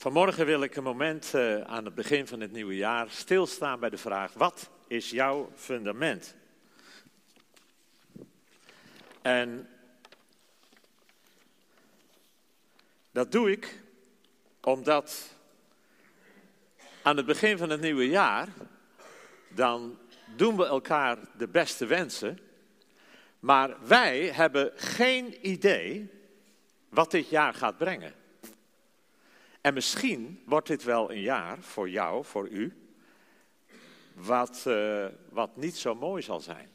Vanmorgen wil ik een moment aan het begin van het nieuwe jaar stilstaan bij de vraag: wat is jouw fundament? En dat doe ik omdat aan het begin van het nieuwe jaar, dan doen we elkaar de beste wensen, maar wij hebben geen idee wat dit jaar gaat brengen. En misschien wordt dit wel een jaar voor jou, voor u, wat niet zo mooi zal zijn.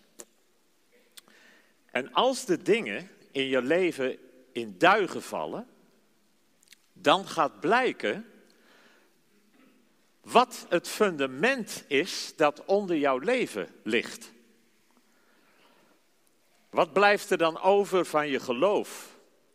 En als de dingen in je leven in duigen vallen, dan gaat blijken wat het fundament is dat onder jouw leven ligt. Wat blijft er dan over van je geloof?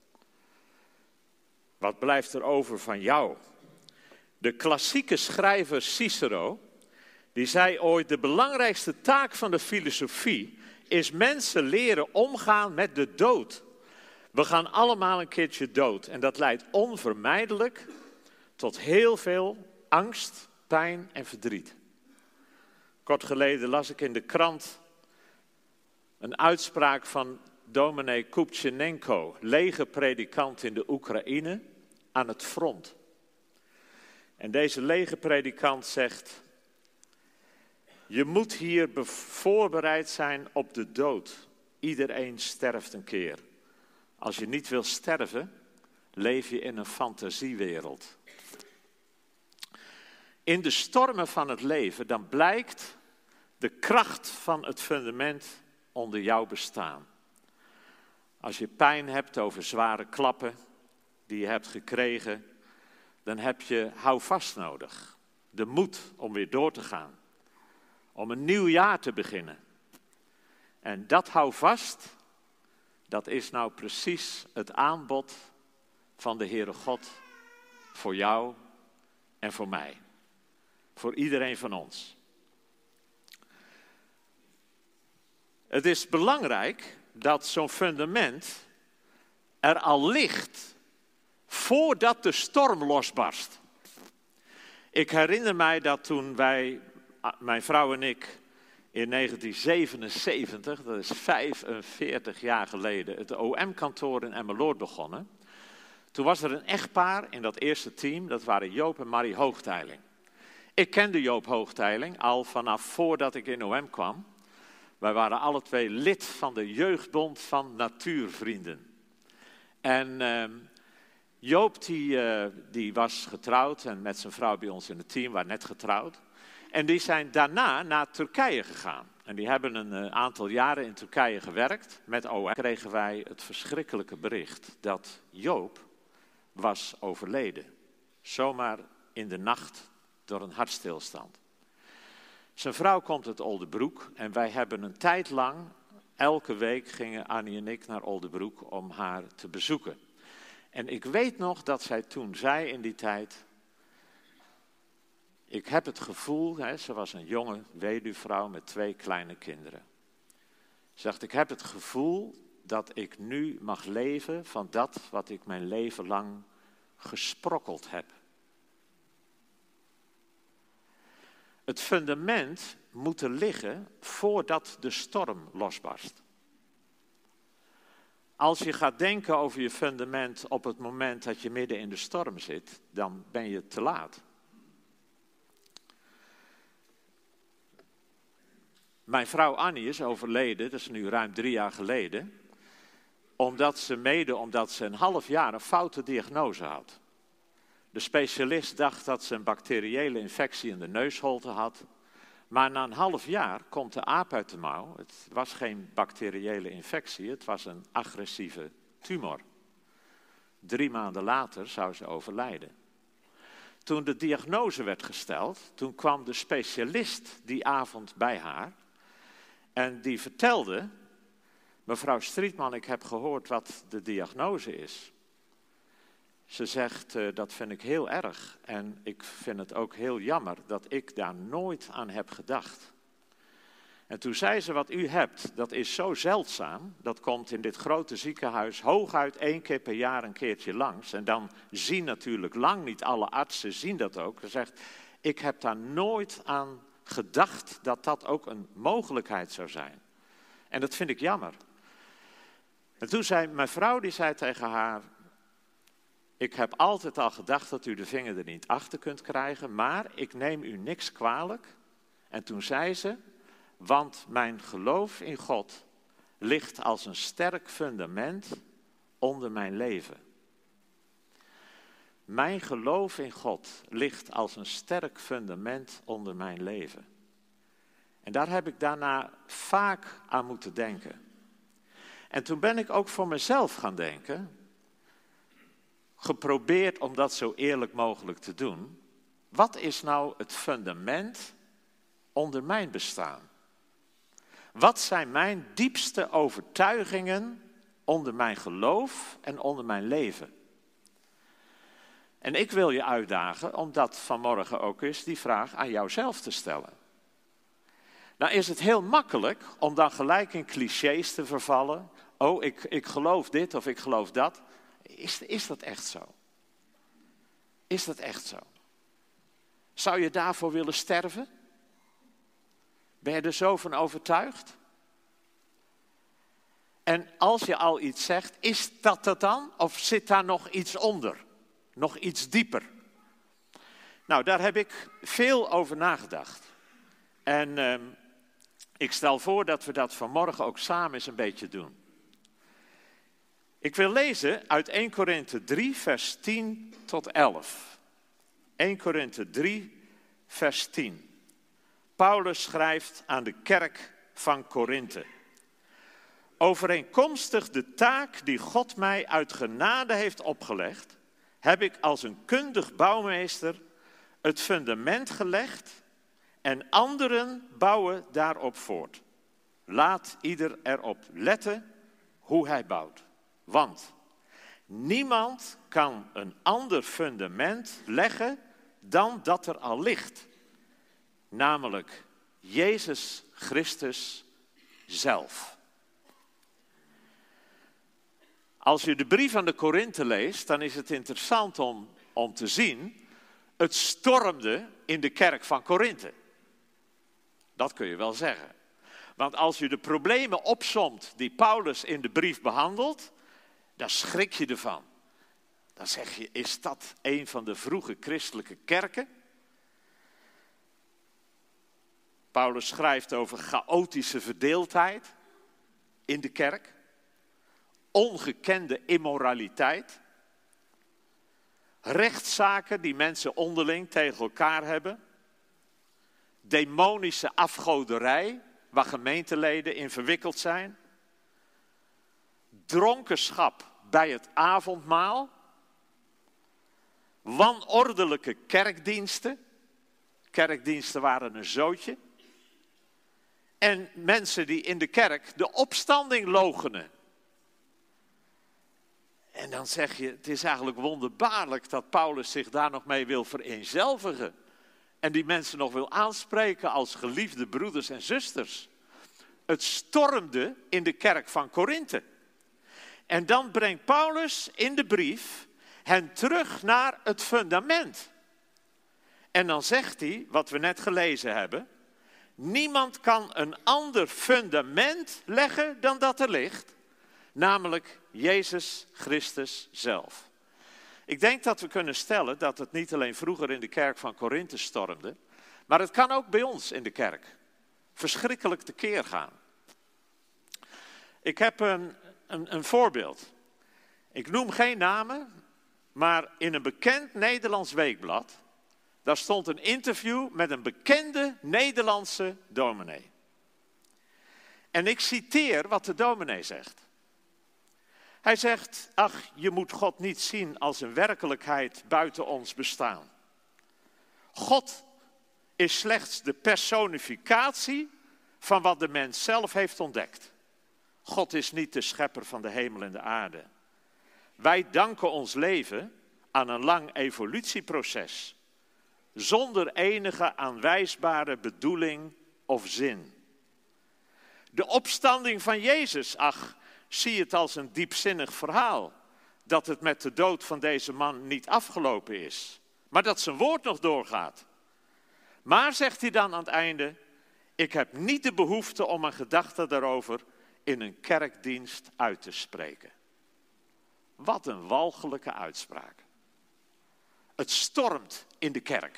Wat blijft er over van jou? De klassieke schrijver Cicero, die zei ooit: de belangrijkste taak van de filosofie is mensen leren omgaan met de dood. We gaan allemaal een keertje dood en dat leidt onvermijdelijk tot heel veel angst, pijn en verdriet. Kort geleden las ik in de krant een uitspraak van dominee Kupchenenko, legerpredikant in de Oekraïne, aan het front. En deze legerpredikant zegt: je moet hier voorbereid zijn op de dood. Iedereen sterft een keer. Als je niet wil sterven, leef je in een fantasiewereld. In de stormen van het leven, dan blijkt de kracht van het fundament onder jouw bestaan. Als je pijn hebt over zware klappen die je hebt gekregen, dan heb je houvast nodig. De moed om weer door te gaan. Om een nieuw jaar te beginnen. En dat houvast, dat is nou precies het aanbod van de Heere God voor jou en voor mij. Voor iedereen van ons. Het is belangrijk dat zo'n fundament er al ligt voordat de storm losbarst. Ik herinner mij dat toen mijn vrouw en ik in 1977, dat is 45 jaar geleden, het OM-kantoor in Emmeloord begonnen. Toen was er een echtpaar in dat eerste team, dat waren Joop en Marie Hoogteiling. Ik kende Joop Hoogteiling al vanaf voordat ik in OM kwam. Wij waren alle twee lid van de jeugdbond van Natuurvrienden. En Joop die was getrouwd en met zijn vrouw bij ons in het team, waren net getrouwd. En die zijn daarna naar Turkije gegaan. En die hebben een aantal jaren in Turkije gewerkt. Met OM kregen wij het verschrikkelijke bericht dat Joop was overleden. Zomaar in de nacht door een hartstilstand. Zijn vrouw komt uit Oldebroek en wij hebben een tijd lang, elke week gingen Annie en ik naar Oldebroek om haar te bezoeken. En ik weet nog dat zij toen zei in die tijd: ik heb het gevoel, ze was een jonge weduwvrouw met 2 kleine kinderen. Ze zegt: ik heb het gevoel dat ik nu mag leven van dat wat ik mijn leven lang gesprokkeld heb. Het fundament moet er liggen voordat de storm losbarst. Als je gaat denken over je fundament op het moment dat je midden in de storm zit, dan ben je te laat. Mijn vrouw Annie is overleden, dat is nu ruim 3 jaar geleden, omdat ze een half jaar een foute diagnose had. De specialist dacht dat ze een bacteriële infectie in de neusholte had. Maar na een half jaar komt de aap uit de mouw. Het was geen bacteriële infectie, het was een agressieve tumor. 3 maanden later zou ze overlijden. Toen de diagnose werd gesteld, toen kwam de specialist die avond bij haar. En die vertelde: mevrouw Strietman, ik heb gehoord wat de diagnose is. Ze zegt: dat vind ik heel erg en ik vind het ook heel jammer dat ik daar nooit aan heb gedacht. En toen zei ze, wat u hebt, dat is zo zeldzaam. Dat komt in dit grote ziekenhuis hooguit 1 keer per jaar een keertje langs. En dan zien natuurlijk lang niet alle artsen zien dat ook. Ze zegt, ik heb daar nooit aan gedacht dat dat ook een mogelijkheid zou zijn. En dat vind ik jammer. En toen zei mijn vrouw, die zei tegen haar, ik heb altijd al gedacht dat u de vinger er niet achter kunt krijgen, maar ik neem u niks kwalijk. En toen zei ze, want mijn geloof in God ligt als een sterk fundament onder mijn leven. Mijn geloof in God ligt als een sterk fundament onder mijn leven. En daar heb ik daarna vaak aan moeten denken. En toen ben ik ook voor mezelf gaan denken, geprobeerd om dat zo eerlijk mogelijk te doen. Wat is nou het fundament onder mijn bestaan? Wat zijn mijn diepste overtuigingen onder mijn geloof en onder mijn leven? En ik wil je uitdagen om dat vanmorgen ook eens die vraag aan jouzelf te stellen. Nou is het heel makkelijk om dan gelijk in clichés te vervallen. Oh, ik geloof dit of ik geloof dat. Is dat echt zo? Is dat echt zo? Zou je daarvoor willen sterven? Ben je er zo van overtuigd? En als je al iets zegt, is dat het dan? Of zit daar nog iets onder? Nog iets dieper? Nou, daar heb ik veel over nagedacht. En ik stel voor dat we dat vanmorgen ook samen eens een beetje doen. Ik wil lezen uit 1 Korinthe 3, vers 10 tot 11. 1 Korinthe 3, vers 10. Paulus schrijft aan de kerk van Korinthe. Overeenkomstig de taak die God mij uit genade heeft opgelegd, heb ik als een kundig bouwmeester het fundament gelegd en anderen bouwen daarop voort. Laat ieder erop letten hoe hij bouwt. Want niemand kan een ander fundament leggen dan dat er al ligt. Namelijk Jezus Christus zelf. Als je de brief aan de Korinthe leest, dan is het interessant om te zien. Het stormde in de kerk van Korinthe. Dat kun je wel zeggen. Want als je de problemen opsomt die Paulus in de brief behandelt, dan schrik je ervan. Dan zeg je, is dat een van de vroege christelijke kerken? Paulus schrijft over chaotische verdeeldheid in de kerk. Ongekende immoraliteit. Rechtszaken die mensen onderling tegen elkaar hebben. Demonische afgoderij, waar gemeenteleden in verwikkeld zijn. Dronkenschap bij het avondmaal. Wanordelijke kerkdiensten. Kerkdiensten waren een zootje. En mensen die in de kerk de opstanding loochenen. En dan zeg je, het is eigenlijk wonderbaarlijk dat Paulus zich daar nog mee wil vereenzelvigen. En die mensen nog wil aanspreken als geliefde broeders en zusters. Het stormde in de kerk van Korinthe. En dan brengt Paulus in de brief hen terug naar het fundament. En dan zegt hij, wat we net gelezen hebben. Niemand kan een ander fundament leggen dan dat er ligt. Namelijk Jezus Christus zelf. Ik denk dat we kunnen stellen dat het niet alleen vroeger in de kerk van Korinthe stormde. Maar het kan ook bij ons in de kerk verschrikkelijk tekeer gaan. Ik heb een voorbeeld. Ik noem geen namen, maar in een bekend Nederlands weekblad, daar stond een interview met een bekende Nederlandse dominee. En ik citeer wat de dominee zegt. Hij zegt, ach, je moet God niet zien als een werkelijkheid buiten ons bestaan. God is slechts de personificatie van wat de mens zelf heeft ontdekt. God is niet de schepper van de hemel en de aarde. Wij danken ons leven aan een lang evolutieproces, zonder enige aanwijsbare bedoeling of zin. De opstanding van Jezus, ach, zie het als een diepzinnig verhaal. Dat het met de dood van deze man niet afgelopen is. Maar dat zijn woord nog doorgaat. Maar, zegt hij dan aan het einde, ik heb niet de behoefte om een gedachte daarover in een kerkdienst uit te spreken. Wat een walgelijke uitspraak. Het stormt in de kerk.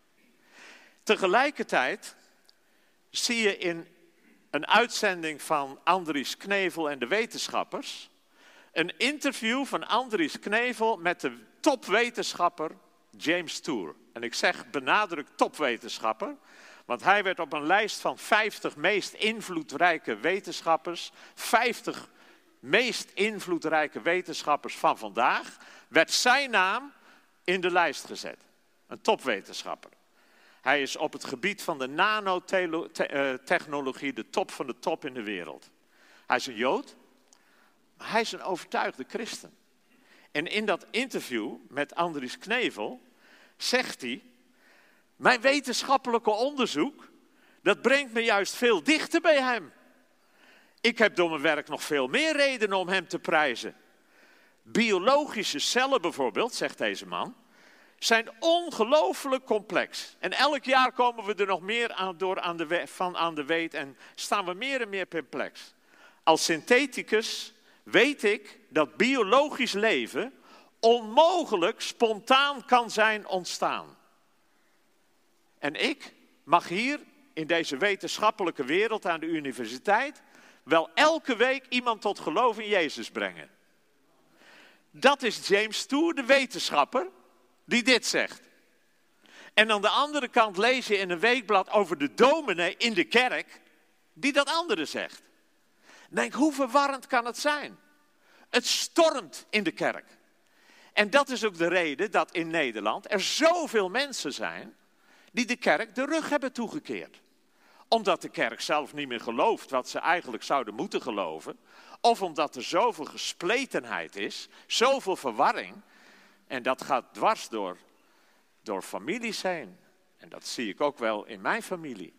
Tegelijkertijd zie je in een uitzending van Andries Knevel en de wetenschappers een interview van Andries Knevel met de topwetenschapper James Tour. En ik zeg benadruk topwetenschapper, want hij werd op een lijst van 50 meest invloedrijke wetenschappers, 50 meest invloedrijke wetenschappers van vandaag, werd zijn naam in de lijst gezet. Een topwetenschapper. Hij is op het gebied van de nanotechnologie de top van de top in de wereld. Hij is een Jood, maar hij is een overtuigde christen. En in dat interview met Andries Knevel zegt hij, mijn wetenschappelijke onderzoek, dat brengt me juist veel dichter bij hem. Ik heb door mijn werk nog veel meer redenen om hem te prijzen. Biologische cellen bijvoorbeeld, zegt deze man, zijn ongelooflijk complex. En elk jaar komen we er nog meer aan de weet en staan we meer en meer perplex. Als syntheticus weet ik dat biologisch leven onmogelijk spontaan kan zijn ontstaan. En ik mag hier in deze wetenschappelijke wereld aan de universiteit wel elke week iemand tot geloof in Jezus brengen. Dat is James Tour, de wetenschapper, die dit zegt. En aan de andere kant lees je in een weekblad over de dominee in de kerk die dat andere zegt. Denk, hoe verwarrend kan het zijn? Het stormt in de kerk. En dat is ook de reden dat in Nederland er zoveel mensen zijn die de kerk de rug hebben toegekeerd. Omdat de kerk zelf niet meer gelooft wat ze eigenlijk zouden moeten geloven. Of omdat er zoveel gespletenheid is, zoveel verwarring. En dat gaat dwars door families heen. En dat zie ik ook wel in mijn familie.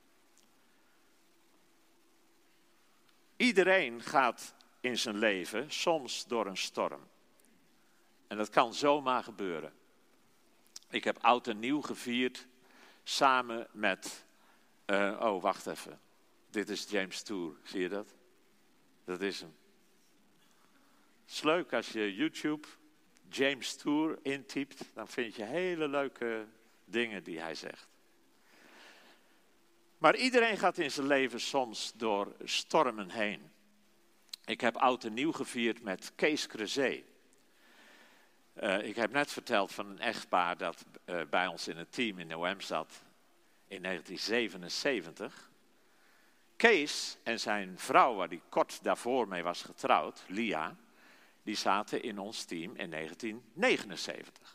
Iedereen gaat in zijn leven soms door een storm. En dat kan zomaar gebeuren. Ik heb oud en nieuw gevierd samen met... wacht even. Dit is James Tour, zie je dat? Dat is hem. Het is leuk als je YouTube James Tour intypt, dan vind je hele leuke dingen die hij zegt. Maar iedereen gaat in zijn leven soms door stormen heen. Ik heb oud en nieuw gevierd met Kees Creuset. Ik heb net verteld van een echtpaar dat bij ons in het team in Noem zat in 1977. Kees en zijn vrouw, waar hij kort daarvoor mee was getrouwd, Lia, die zaten in ons team in 1979.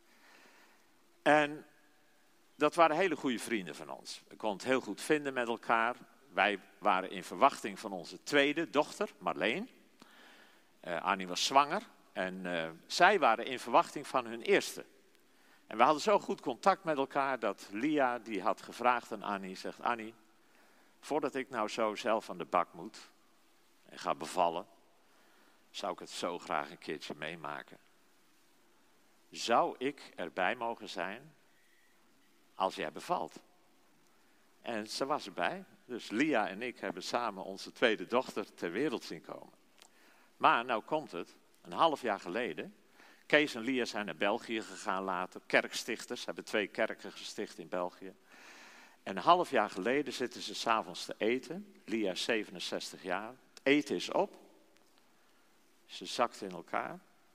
En dat waren hele goede vrienden van ons. We konden het heel goed vinden met elkaar. Wij waren in verwachting van onze tweede dochter, Marleen. Annie was zwanger en zij waren in verwachting van hun eerste. En we hadden zo goed contact met elkaar dat Lia die had gevraagd aan Annie, zegt Annie, voordat ik nou zo zelf aan de bak moet en ga bevallen, zou ik het zo graag een keertje meemaken. Zou ik erbij mogen zijn als jij bevalt? En ze was erbij. Dus Lia en ik hebben samen onze tweede dochter ter wereld zien komen. Maar nou komt het, een half jaar geleden. Kees en Lia zijn naar België gegaan later. Kerkstichters, hebben 2 kerken gesticht in België. En een half jaar geleden zitten ze 's avonds te eten. Lia is 67 jaar. Het eten is op. Ze zakt in elkaar.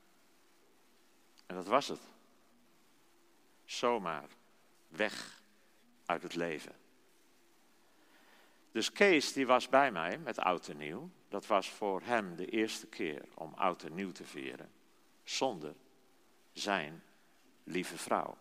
En dat was het. Zomaar weg uit het leven. Dus Kees die was bij mij met oud en nieuw. Dat was voor hem de eerste keer om oud en nieuw te vieren. Zonder zijn lieve vrouw.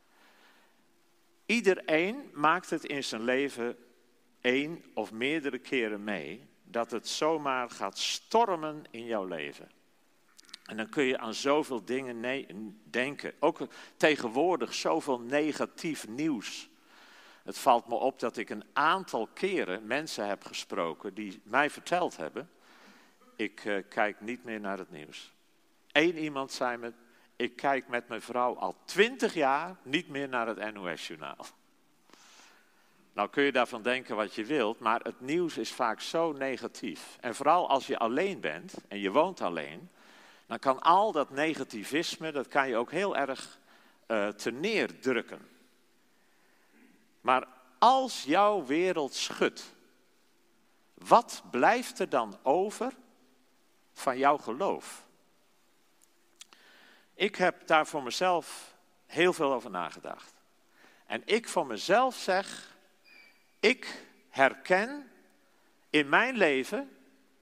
Iedereen maakt het in zijn leven 1 of meerdere keren mee dat het zomaar gaat stormen in jouw leven. En dan kun je aan zoveel dingen denken. Ook tegenwoordig zoveel negatief nieuws. Het valt me op dat ik een aantal keren mensen heb gesproken die mij verteld hebben, ik kijk niet meer naar het nieuws. Eén iemand zei me, ik kijk met mijn vrouw al 20 jaar niet meer naar het NOS-journaal. Nou kun je daarvan denken wat je wilt, maar het nieuws is vaak zo negatief. En vooral als je alleen bent en je woont alleen, dan kan al dat negativisme, dat kan je ook heel erg terneerdrukken. Maar als jouw wereld schudt, wat blijft er dan over van jouw geloof? Ik heb daar voor mezelf heel veel over nagedacht. En ik voor mezelf zeg, ik herken in mijn leven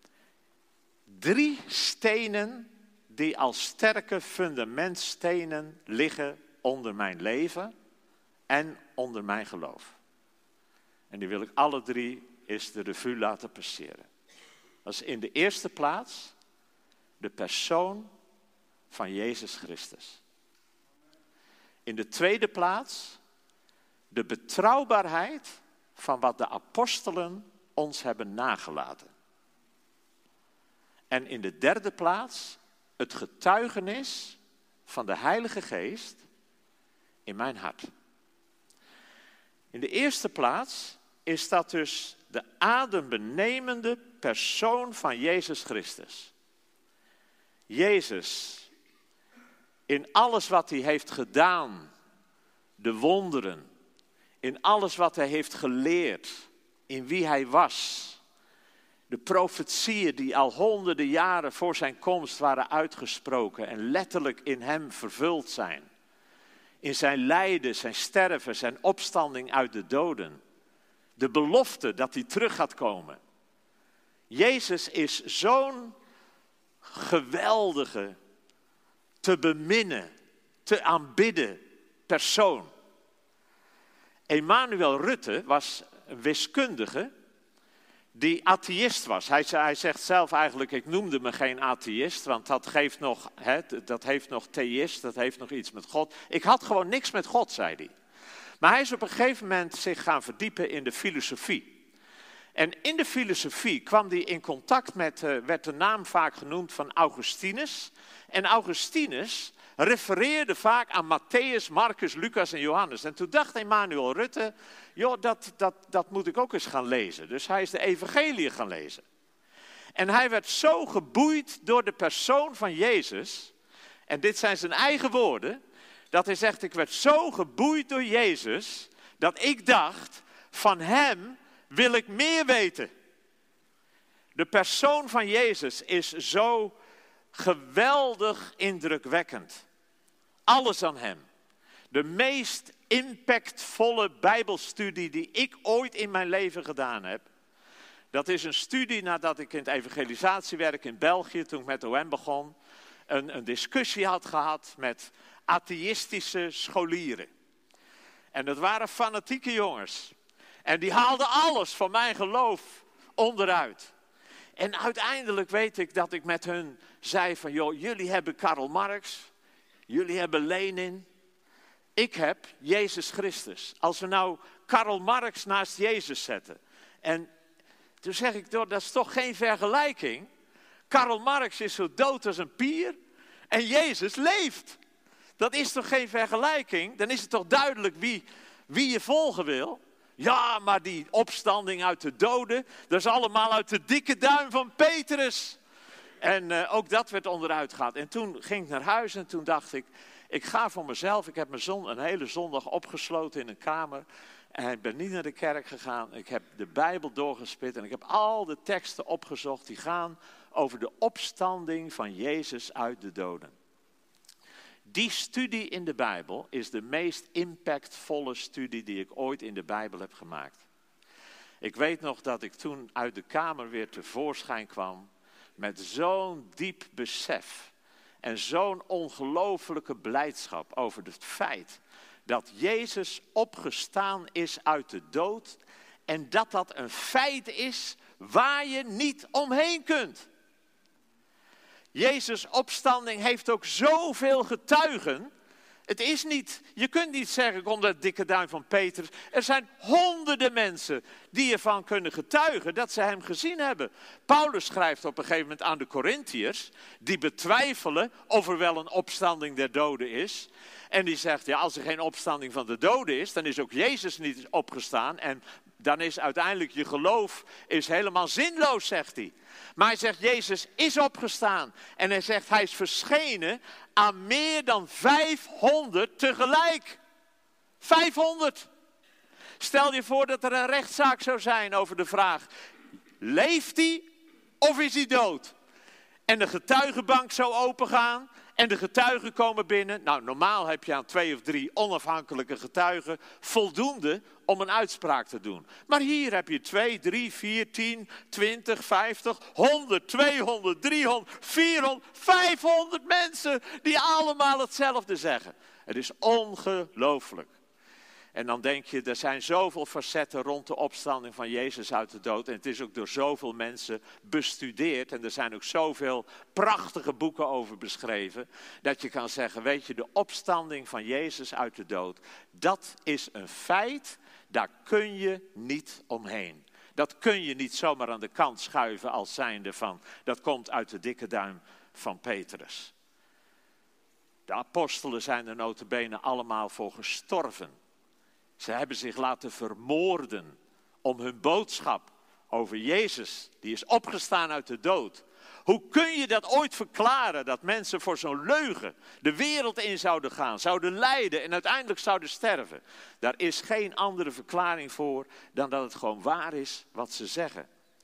3 stenen die als sterke fundamentstenen liggen onder mijn leven en onder mijn geloof. En die wil ik alle 3 eens de revue laten passeren. Dat is in de eerste plaats de persoon van Jezus Christus. In de tweede plaats de betrouwbaarheid van wat de apostelen ons hebben nagelaten. En in de derde plaats het getuigenis van de Heilige Geest in mijn hart. In de eerste plaats is dat dus de adembenemende persoon van Jezus Christus. Jezus, in alles wat hij heeft gedaan, de wonderen, in alles wat hij heeft geleerd, in wie hij was, de profetieën die al honderden jaren voor zijn komst waren uitgesproken en letterlijk in hem vervuld zijn. In zijn lijden, zijn sterven, zijn opstanding uit de doden. De belofte dat hij terug gaat komen. Jezus is zo'n geweldige, te beminnen, te aanbidden persoon. Emanuel Rutte was een wiskundige die atheïst was. Hij zegt zelf eigenlijk, ik noemde me geen atheïst, want dat heeft nog theïst, dat heeft nog iets met God. Ik had gewoon niks met God, zei hij. Maar hij is op een gegeven moment zich gaan verdiepen in de filosofie. En in de filosofie kwam hij in contact met, werd de naam vaak genoemd van Augustinus. En Augustinus refereerde vaak aan Matthäus, Marcus, Lucas en Johannes. En toen dacht Emanuel Rutte, joh, dat moet ik ook eens gaan lezen. Dus hij is de evangelie gaan lezen. En hij werd zo geboeid door de persoon van Jezus, en dit zijn zijn eigen woorden, dat hij zegt, ik werd zo geboeid door Jezus, dat ik dacht, van hem wil ik meer weten. De persoon van Jezus is zo geweldig indrukwekkend. Alles aan hem. De meest impactvolle Bijbelstudie die ik ooit in mijn leven gedaan heb. Dat is een studie nadat ik in het evangelisatiewerk in België, toen ik met OM begon, een discussie had gehad met atheïstische scholieren. En dat waren fanatieke jongens. En die haalden alles van mijn geloof onderuit. En uiteindelijk weet ik dat ik met hun zei van, joh, jullie hebben Karl Marx, jullie hebben Lenin, ik heb Jezus Christus. Als we nou Karl Marx naast Jezus zetten. En toen zeg ik, dat is toch geen vergelijking? Karl Marx is zo dood als een pier en Jezus leeft. Dat is toch geen vergelijking? Dan is het toch duidelijk wie je volgen wil? Ja, maar die opstanding uit de doden, dat is allemaal uit de dikke duim van Petrus. En ook dat werd onderuit gehaald. En toen ging ik naar huis en toen dacht ik, ik ga voor mezelf. Ik heb me een hele zondag opgesloten in een kamer. En ik ben niet naar de kerk gegaan. Ik heb de Bijbel doorgespit en ik heb al de teksten opgezocht die gaan over de opstanding van Jezus uit de doden. Die studie in de Bijbel is de meest impactvolle studie die ik ooit in de Bijbel heb gemaakt. Ik weet nog dat ik toen uit de kamer weer tevoorschijn kwam met zo'n diep besef en zo'n ongelofelijke blijdschap over het feit dat Jezus opgestaan is uit de dood en dat dat een feit is waar je niet omheen kunt. Jezus' opstanding heeft ook zoveel getuigen. Het is niet, je kunt niet zeggen, kom dat dikke duim van Petrus. Er zijn honderden mensen die ervan kunnen getuigen dat ze hem gezien hebben. Paulus schrijft op een gegeven moment aan de Korintiërs, die betwijfelen of er wel een opstanding der doden is. En die zegt, ja, als er geen opstanding van de doden is, dan is ook Jezus niet opgestaan. En dan is uiteindelijk je geloof is helemaal zinloos, zegt hij. Maar hij zegt, Jezus is opgestaan. En hij zegt, hij is verschenen aan meer dan 500 tegelijk. 500. Stel je voor dat er een rechtszaak zou zijn over de vraag, leeft hij of is hij dood? En de getuigenbank zou opengaan. En de getuigen komen binnen. Nou, normaal heb je aan 2 of 3 onafhankelijke getuigen voldoende om een uitspraak te doen. Maar hier heb je 2, 3, 4, 10, 20, 50, 100, 200, 300, 400, 500 mensen die allemaal hetzelfde zeggen. Het is ongelooflijk. En dan denk je, er zijn zoveel facetten rond de opstanding van Jezus uit de dood. En het is ook door zoveel mensen bestudeerd. En er zijn ook zoveel prachtige boeken over beschreven. Dat je kan zeggen, weet je, de opstanding van Jezus uit de dood. Dat is een feit, daar kun je niet omheen. Dat kun je niet zomaar aan de kant schuiven als zijnde van, dat komt uit de dikke duim van Petrus. De apostelen zijn er nota bene allemaal voor gestorven. Ze hebben zich laten vermoorden om hun boodschap over Jezus, die is opgestaan uit de dood. Hoe kun je dat ooit verklaren, dat mensen voor zo'n leugen de wereld in zouden gaan, zouden lijden en uiteindelijk zouden sterven? Daar is geen andere verklaring voor dan dat het gewoon waar is wat ze zeggen.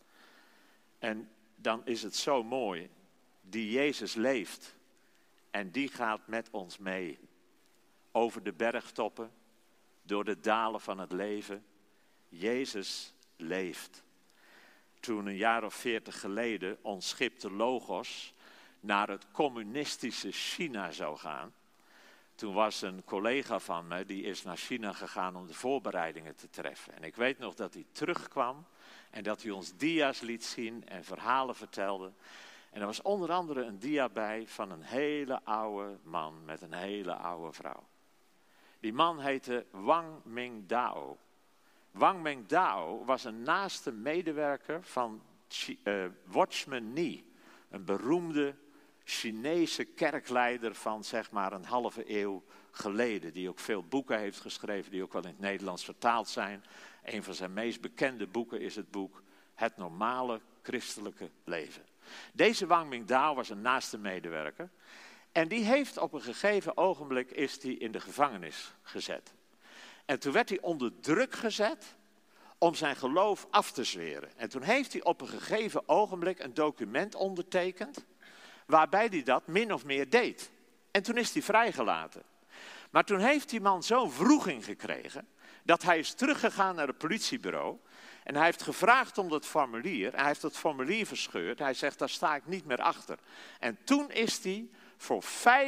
En dan is het zo mooi, die Jezus leeft en die gaat met ons mee over de bergtoppen. Door de dalen van het leven. Jezus leeft. Toen een jaar of 40 geleden ons schip de Logos naar het communistische China zou gaan. Toen was een collega van me, die is naar China gegaan om de voorbereidingen te treffen. En ik weet nog dat hij terugkwam en dat hij ons dia's liet zien en verhalen vertelde. En er was onder andere een dia bij van een hele oude man met een hele oude vrouw. Die man heette Wang Mingdao. Wang Mingdao was een naaste medewerker van Watchman Nee. Een beroemde Chinese kerkleider van zeg maar een halve eeuw geleden. Die ook veel boeken heeft geschreven, die ook wel in het Nederlands vertaald zijn. Een van zijn meest bekende boeken is het boek Het Normale Christelijke Leven. Deze Wang Mingdao was een naaste medewerker. En die heeft op een gegeven ogenblik is die in de gevangenis gezet. En toen werd hij onder druk gezet om zijn geloof af te zweren. En toen heeft hij op een gegeven ogenblik een document ondertekend waarbij hij dat min of meer deed. En toen is hij vrijgelaten. Maar toen heeft die man zo'n wroeging gekregen dat hij is teruggegaan naar het politiebureau. En hij heeft gevraagd om dat formulier. Hij heeft dat formulier verscheurd. Hij zegt, daar sta ik niet meer achter. En toen is hij voor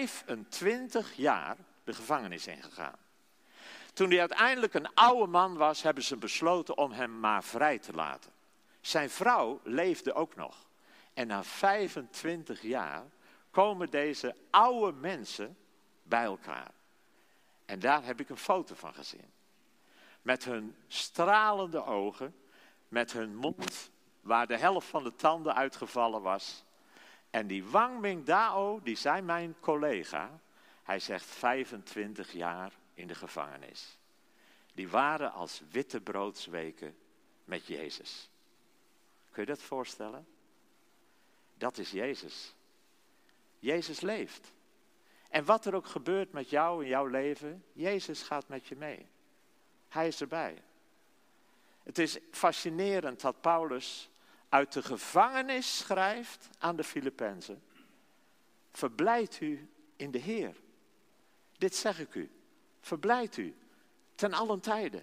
25 jaar de gevangenis ingegaan. Toen hij uiteindelijk een oude man was, hebben ze besloten om hem maar vrij te laten. Zijn vrouw leefde ook nog. En na 25 jaar komen deze oude mensen bij elkaar. En daar heb ik een foto van gezien. Met hun stralende ogen, met hun mond waar de helft van de tanden uitgevallen was. En die Wang Mingdao, die zei mijn collega, hij zegt 25 jaar in de gevangenis. Die waren als wittebroodsweken met Jezus. Kun je dat voorstellen? Dat is Jezus. Jezus leeft. En wat er ook gebeurt met jou in jouw leven, Jezus gaat met je mee. Hij is erbij. Het is fascinerend dat Paulus uit de gevangenis schrijft aan de Filippenzen. Verblijd u in de Heer. Dit zeg ik u. Verblijd u ten allen tijde.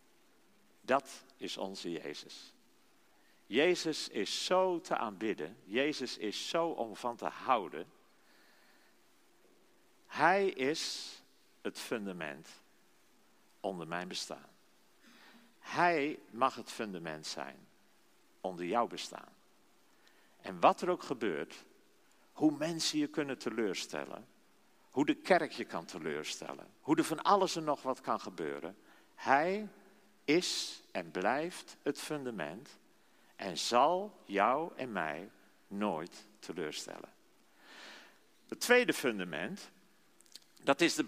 Dat is onze Jezus. Jezus is zo te aanbidden. Jezus is zo om van te houden. Hij is het fundament onder mijn bestaan. Hij mag het fundament zijn onder jouw bestaan. En wat er ook gebeurt, hoe mensen je kunnen teleurstellen, hoe de kerk je kan teleurstellen, hoe er van alles en nog wat kan gebeuren. Hij is en blijft het fundament en zal jou en mij nooit teleurstellen. Het tweede fundament, dat is de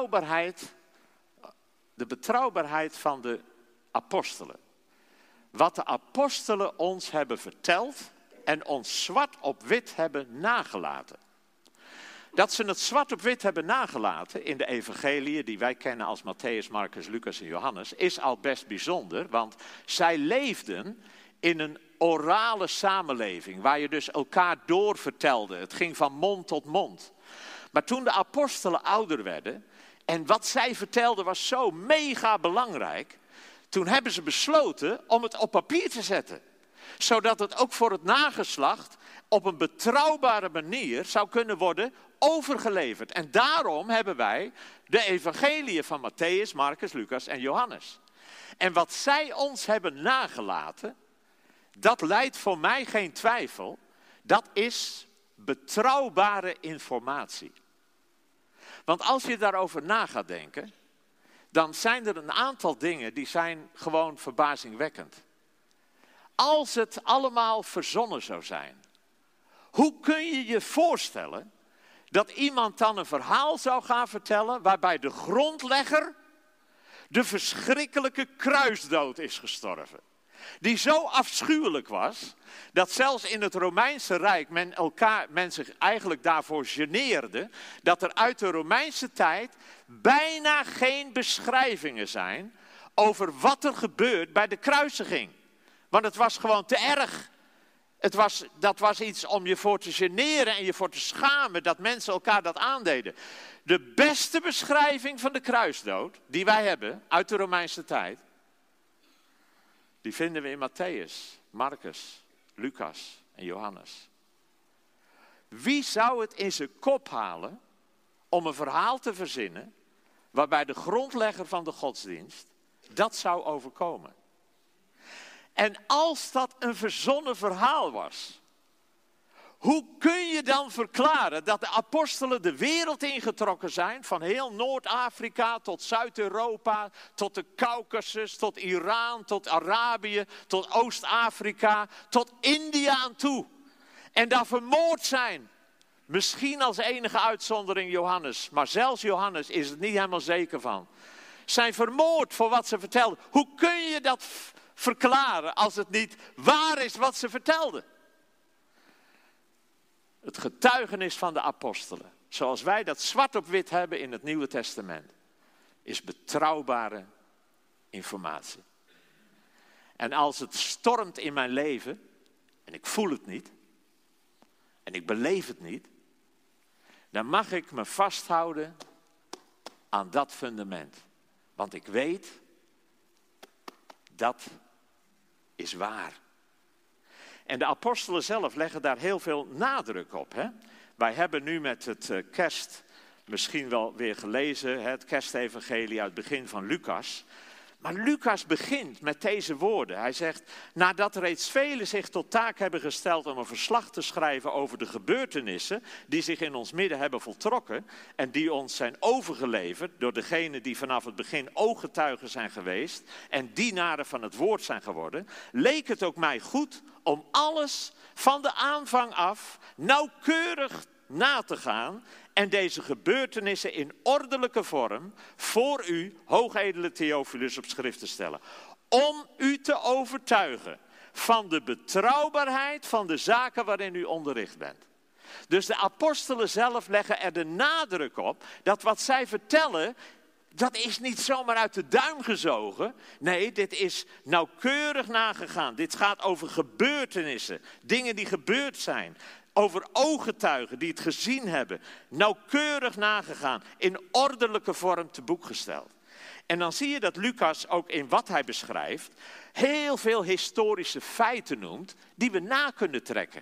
betrouwbaarheid van de apostelen. Wat de apostelen ons hebben verteld en ons zwart op wit hebben nagelaten. Dat ze het zwart op wit hebben nagelaten in de evangeliën die wij kennen als Matthäus, Marcus, Lucas en Johannes, is al best bijzonder, want zij leefden in een orale samenleving, waar je dus elkaar doorvertelde. Het ging van mond tot mond. Maar toen de apostelen ouder werden, en wat zij vertelden was zo mega belangrijk, toen hebben ze besloten om het op papier te zetten. Zodat het ook voor het nageslacht op een betrouwbare manier zou kunnen worden overgeleverd. En daarom hebben wij de evangeliën van Matthäus, Marcus, Lucas en Johannes. En wat zij ons hebben nagelaten, dat leidt voor mij geen twijfel. Dat is betrouwbare informatie. Want als je daarover na gaat denken, dan zijn er een aantal dingen die zijn gewoon verbazingwekkend. Als het allemaal verzonnen zou zijn, hoe kun je je voorstellen dat iemand dan een verhaal zou gaan vertellen waarbij de grondlegger de verschrikkelijke kruisdood is gestorven? Die zo afschuwelijk was, dat zelfs in het Romeinse Rijk men zich eigenlijk daarvoor geneerde, dat er uit de Romeinse tijd bijna geen beschrijvingen zijn over wat er gebeurt bij de kruisiging. Want het was gewoon te erg. Dat was iets om je voor te generen en je voor te schamen dat mensen elkaar dat aandeden. De beste beschrijving van de kruisdood die wij hebben uit de Romeinse tijd, die vinden we in Matthäus, Marcus, Lucas en Johannes. Wie zou het in zijn kop halen om een verhaal te verzinnen waarbij de grondlegger van de godsdienst dat zou overkomen? En als dat een verzonnen verhaal was, hoe kun je dan verklaren dat de apostelen de wereld ingetrokken zijn, van heel Noord-Afrika tot Zuid-Europa, tot de Caucasus, tot Iran, tot Arabië, tot Oost-Afrika, tot India aan toe. En daar vermoord zijn. Misschien als enige uitzondering Johannes, maar zelfs Johannes is het niet helemaal zeker van. Zijn vermoord voor wat ze vertelden. Hoe kun je dat verklaren als het niet waar is wat ze vertelden? Het getuigenis van de apostelen, zoals wij dat zwart op wit hebben in het Nieuwe Testament, is betrouwbare informatie. En als het stormt in mijn leven, en ik voel het niet, en ik beleef het niet, dan mag ik me vasthouden aan dat fundament. Want ik weet, dat is waar. En de apostelen zelf leggen daar heel veel nadruk op. Hè? Wij hebben nu met het kerst misschien wel weer gelezen, het kerstevangelie uit het begin van Lucas. Maar Lucas begint met deze woorden. Hij zegt, nadat reeds velen zich tot taak hebben gesteld om een verslag te schrijven over de gebeurtenissen die zich in ons midden hebben voltrokken en die ons zijn overgeleverd door degenen die vanaf het begin ooggetuigen zijn geweest en dienaren van het woord zijn geworden, leek het ook mij goed om alles van de aanvang af nauwkeurig na te gaan en deze gebeurtenissen in ordelijke vorm voor u, hoogedele Theophilus, op schrift te stellen. Om u te overtuigen van de betrouwbaarheid van de zaken waarin u onderricht bent. Dus de apostelen zelf leggen er de nadruk op dat wat zij vertellen, dat is niet zomaar uit de duim gezogen. Nee, dit is nauwkeurig nagegaan. Dit gaat over gebeurtenissen, dingen die gebeurd zijn. Over ooggetuigen die het gezien hebben. Nauwkeurig nagegaan. In ordelijke vorm te boek gesteld. En dan zie je dat Lucas ook in wat hij beschrijft heel veel historische feiten noemt die we na kunnen trekken.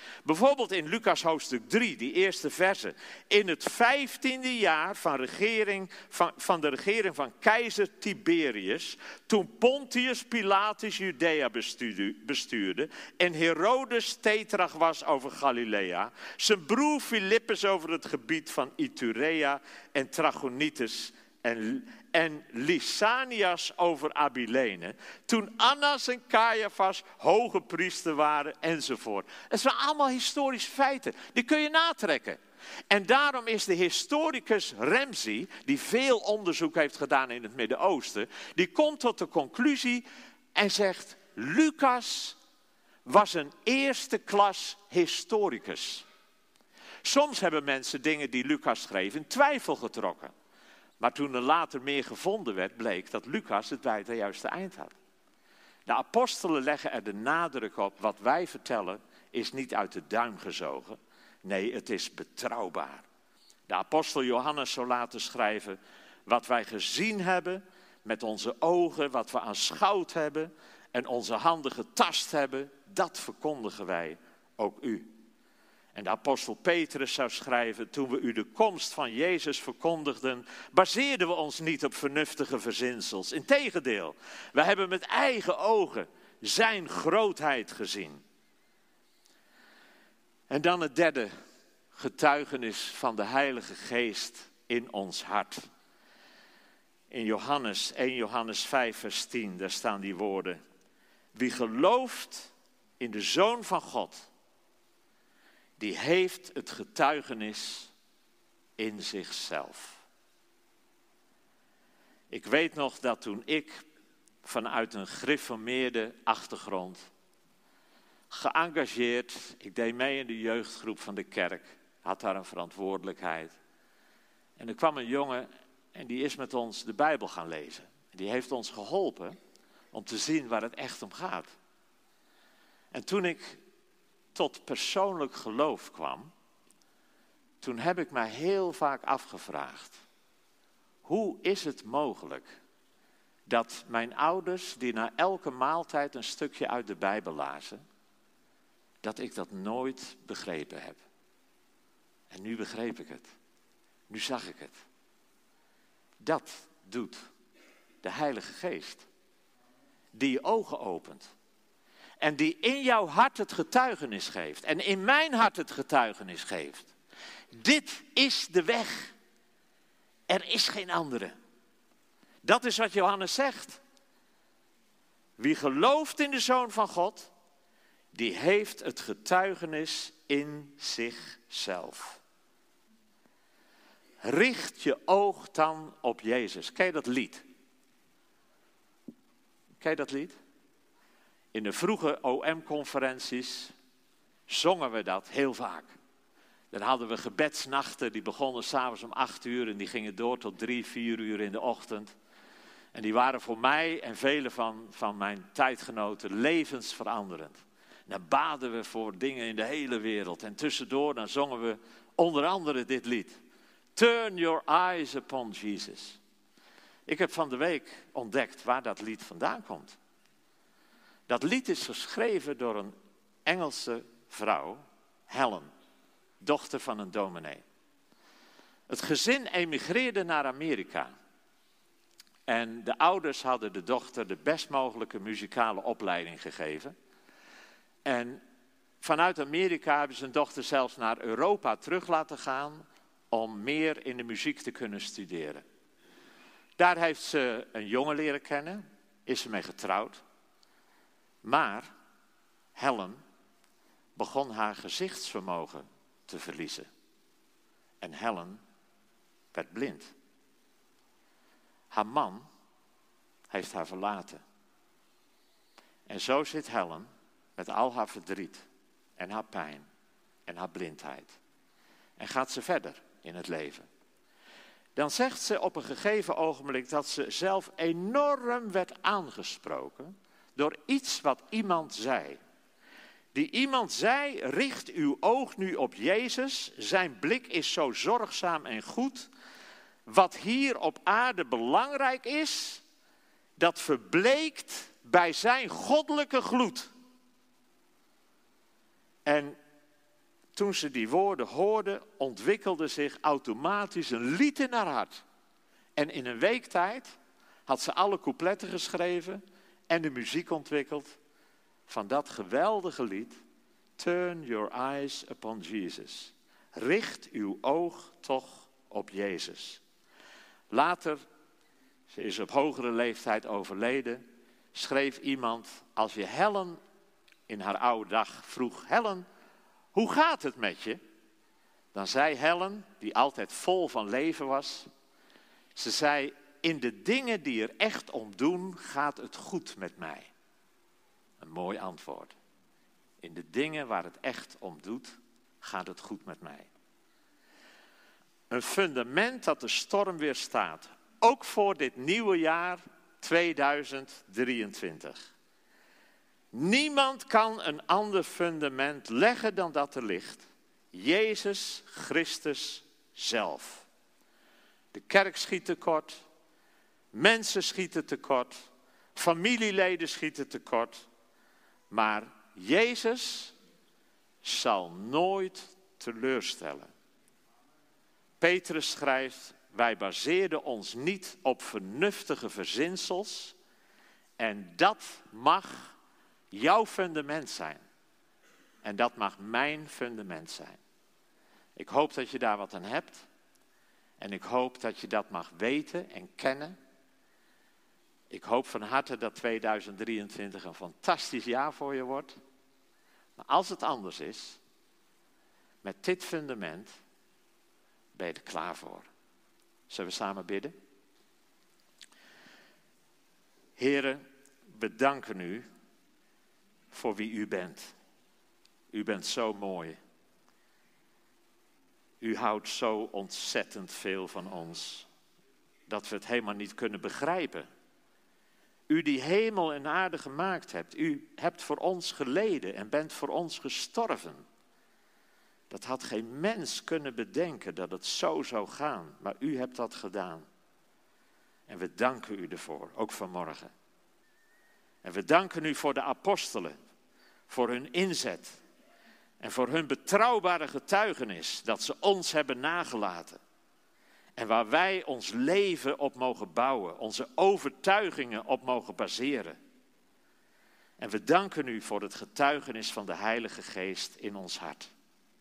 Bijvoorbeeld in Lucas hoofdstuk 3, die eerste verse. In het 15e jaar van de regering van keizer Tiberius, toen Pontius Pilatus Judea bestuurde en Herodes tetrarch was over Galilea, zijn broer Filippus over het gebied van Iturea en Trachonitis en Lysanias over Abilene, toen Annas en Caiaphas hoge priester waren enzovoort. Het zijn allemaal historische feiten, die kun je natrekken. En daarom is de historicus Ramsey, die veel onderzoek heeft gedaan in het Midden-Oosten, die komt tot de conclusie en zegt, Lucas was een eerste klas historicus. Soms hebben mensen dingen die Lucas schreef in twijfel getrokken. Maar toen er later meer gevonden werd, bleek dat Lucas het bij het juiste eind had. De apostelen leggen er de nadruk op, wat wij vertellen is niet uit de duim gezogen. Nee, het is betrouwbaar. De apostel Johannes zou laten schrijven, wat wij gezien hebben met onze ogen, wat we aanschouwd hebben en onze handen getast hebben, dat verkondigen wij ook u. En de apostel Petrus zou schrijven, toen we u de komst van Jezus verkondigden, baseerden we ons niet op vernuftige verzinsels. Integendeel, we hebben met eigen ogen zijn grootheid gezien. En dan het derde, getuigenis van de Heilige Geest in ons hart. In 1 Johannes 5 vers 10, daar staan die woorden. Wie gelooft in de Zoon van God, die heeft het getuigenis in zichzelf. Ik weet nog dat toen ik vanuit een gereformeerde achtergrond, geëngageerd, ik deed mee in de jeugdgroep van de kerk, had daar een verantwoordelijkheid. En er kwam een jongen en die is met ons de Bijbel gaan lezen. Die heeft ons geholpen om te zien waar het echt om gaat. En toen ik tot persoonlijk geloof kwam, toen heb ik mij heel vaak afgevraagd, hoe is het mogelijk dat mijn ouders, die na elke maaltijd een stukje uit de Bijbel lazen, dat ik dat nooit begrepen heb. En nu begreep ik het. Nu zag ik het. Dat doet de Heilige Geest, die je ogen opent. En die in jouw hart het getuigenis geeft. En in mijn hart het getuigenis geeft. Dit is de weg. Er is geen andere. Dat is wat Johannes zegt. Wie gelooft in de Zoon van God, die heeft het getuigenis in zichzelf. Richt je oog dan op Jezus. Ken je dat lied? Ken je dat lied? In de vroege OM-conferenties zongen we dat heel vaak. Dan hadden we gebedsnachten, die begonnen 's avonds om 8 uur en die gingen door tot 3, 4 uur in de ochtend. En die waren voor mij en vele van mijn tijdgenoten levensveranderend. En dan baden we voor dingen in de hele wereld. En tussendoor dan zongen we onder andere dit lied. Turn your eyes upon Jesus. Ik heb van de week ontdekt waar dat lied vandaan komt. Dat lied is geschreven door een Engelse vrouw, Helen, dochter van een dominee. Het gezin emigreerde naar Amerika. En de ouders hadden de dochter de best mogelijke muzikale opleiding gegeven. En vanuit Amerika hebben ze hun dochter zelfs naar Europa terug laten gaan om meer in de muziek te kunnen studeren. Daar heeft ze een jongen leren kennen, is ze mee getrouwd. Maar Helen begon haar gezichtsvermogen te verliezen. En Helen werd blind. Haar man heeft haar verlaten. En zo zit Helen met al haar verdriet en haar pijn en haar blindheid. En gaat ze verder in het leven. Dan zegt ze op een gegeven ogenblik dat ze zelf enorm werd aangesproken door iets wat iemand zei. Die iemand zei, richt uw oog nu op Jezus. Zijn blik is zo zorgzaam en goed. Wat hier op aarde belangrijk is, dat verbleekt bij zijn goddelijke gloed. En toen ze die woorden hoorde, ontwikkelde zich automatisch een lied in haar hart. En in een week tijd had ze alle coupletten geschreven en de muziek ontwikkeld van dat geweldige lied. Turn your eyes upon Jesus. Richt uw oog toch op Jezus. Later, ze is op hogere leeftijd overleden, schreef iemand, als je Helen in haar oude dag vroeg, Helen, hoe gaat het met je? Dan zei Helen, die altijd vol van leven was, ze zei, in de dingen die er echt om doen, gaat het goed met mij. Een mooi antwoord. In de dingen waar het echt om doet, gaat het goed met mij. Een fundament dat de storm weerstaat. Ook voor dit nieuwe jaar 2023. Niemand kan een ander fundament leggen dan dat er ligt. Jezus Christus zelf. De kerk schiet tekort. Mensen schieten tekort. Familieleden schieten tekort. Maar Jezus zal nooit teleurstellen. Petrus schrijft, wij baseerden ons niet op vernuftige verzinsels. En dat mag jouw fundament zijn. En dat mag mijn fundament zijn. Ik hoop dat je daar wat aan hebt. En ik hoop dat je dat mag weten en kennen. Ik hoop van harte dat 2023 een fantastisch jaar voor je wordt. Maar als het anders is, met dit fundament ben je er klaar voor. Zullen we samen bidden? Heren, we danken u voor wie u bent. U bent zo mooi. U houdt zo ontzettend veel van ons, dat we het helemaal niet kunnen begrijpen. U die hemel en aarde gemaakt hebt, u hebt voor ons geleden en bent voor ons gestorven. Dat had geen mens kunnen bedenken dat het zo zou gaan, maar u hebt dat gedaan. En we danken u ervoor, ook vanmorgen. En we danken u voor de apostelen, voor hun inzet en voor hun betrouwbare getuigenis dat ze ons hebben nagelaten. En waar wij ons leven op mogen bouwen, onze overtuigingen op mogen baseren. En we danken u voor het getuigenis van de Heilige Geest in ons hart.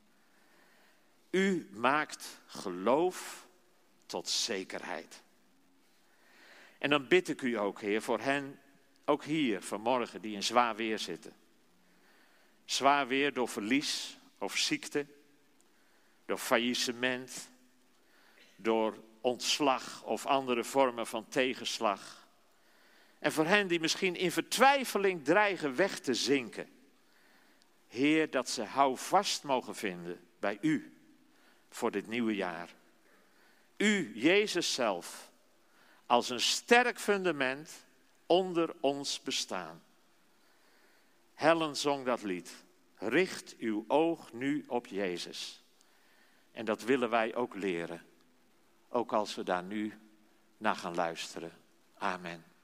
U maakt geloof tot zekerheid. En dan bid ik u ook, Heer, voor hen, ook hier vanmorgen, die in zwaar weer zitten. Zwaar weer door verlies of ziekte, door faillissement, door ontslag of andere vormen van tegenslag. En voor hen die misschien in vertwijfeling dreigen weg te zinken. Heer, dat ze houvast mogen vinden bij u voor dit nieuwe jaar. U, Jezus zelf, als een sterk fundament onder ons bestaan. Helen zong dat lied. Richt uw oog nu op Jezus. En dat willen wij ook leren. Ook als we daar nu naar gaan luisteren. Amen.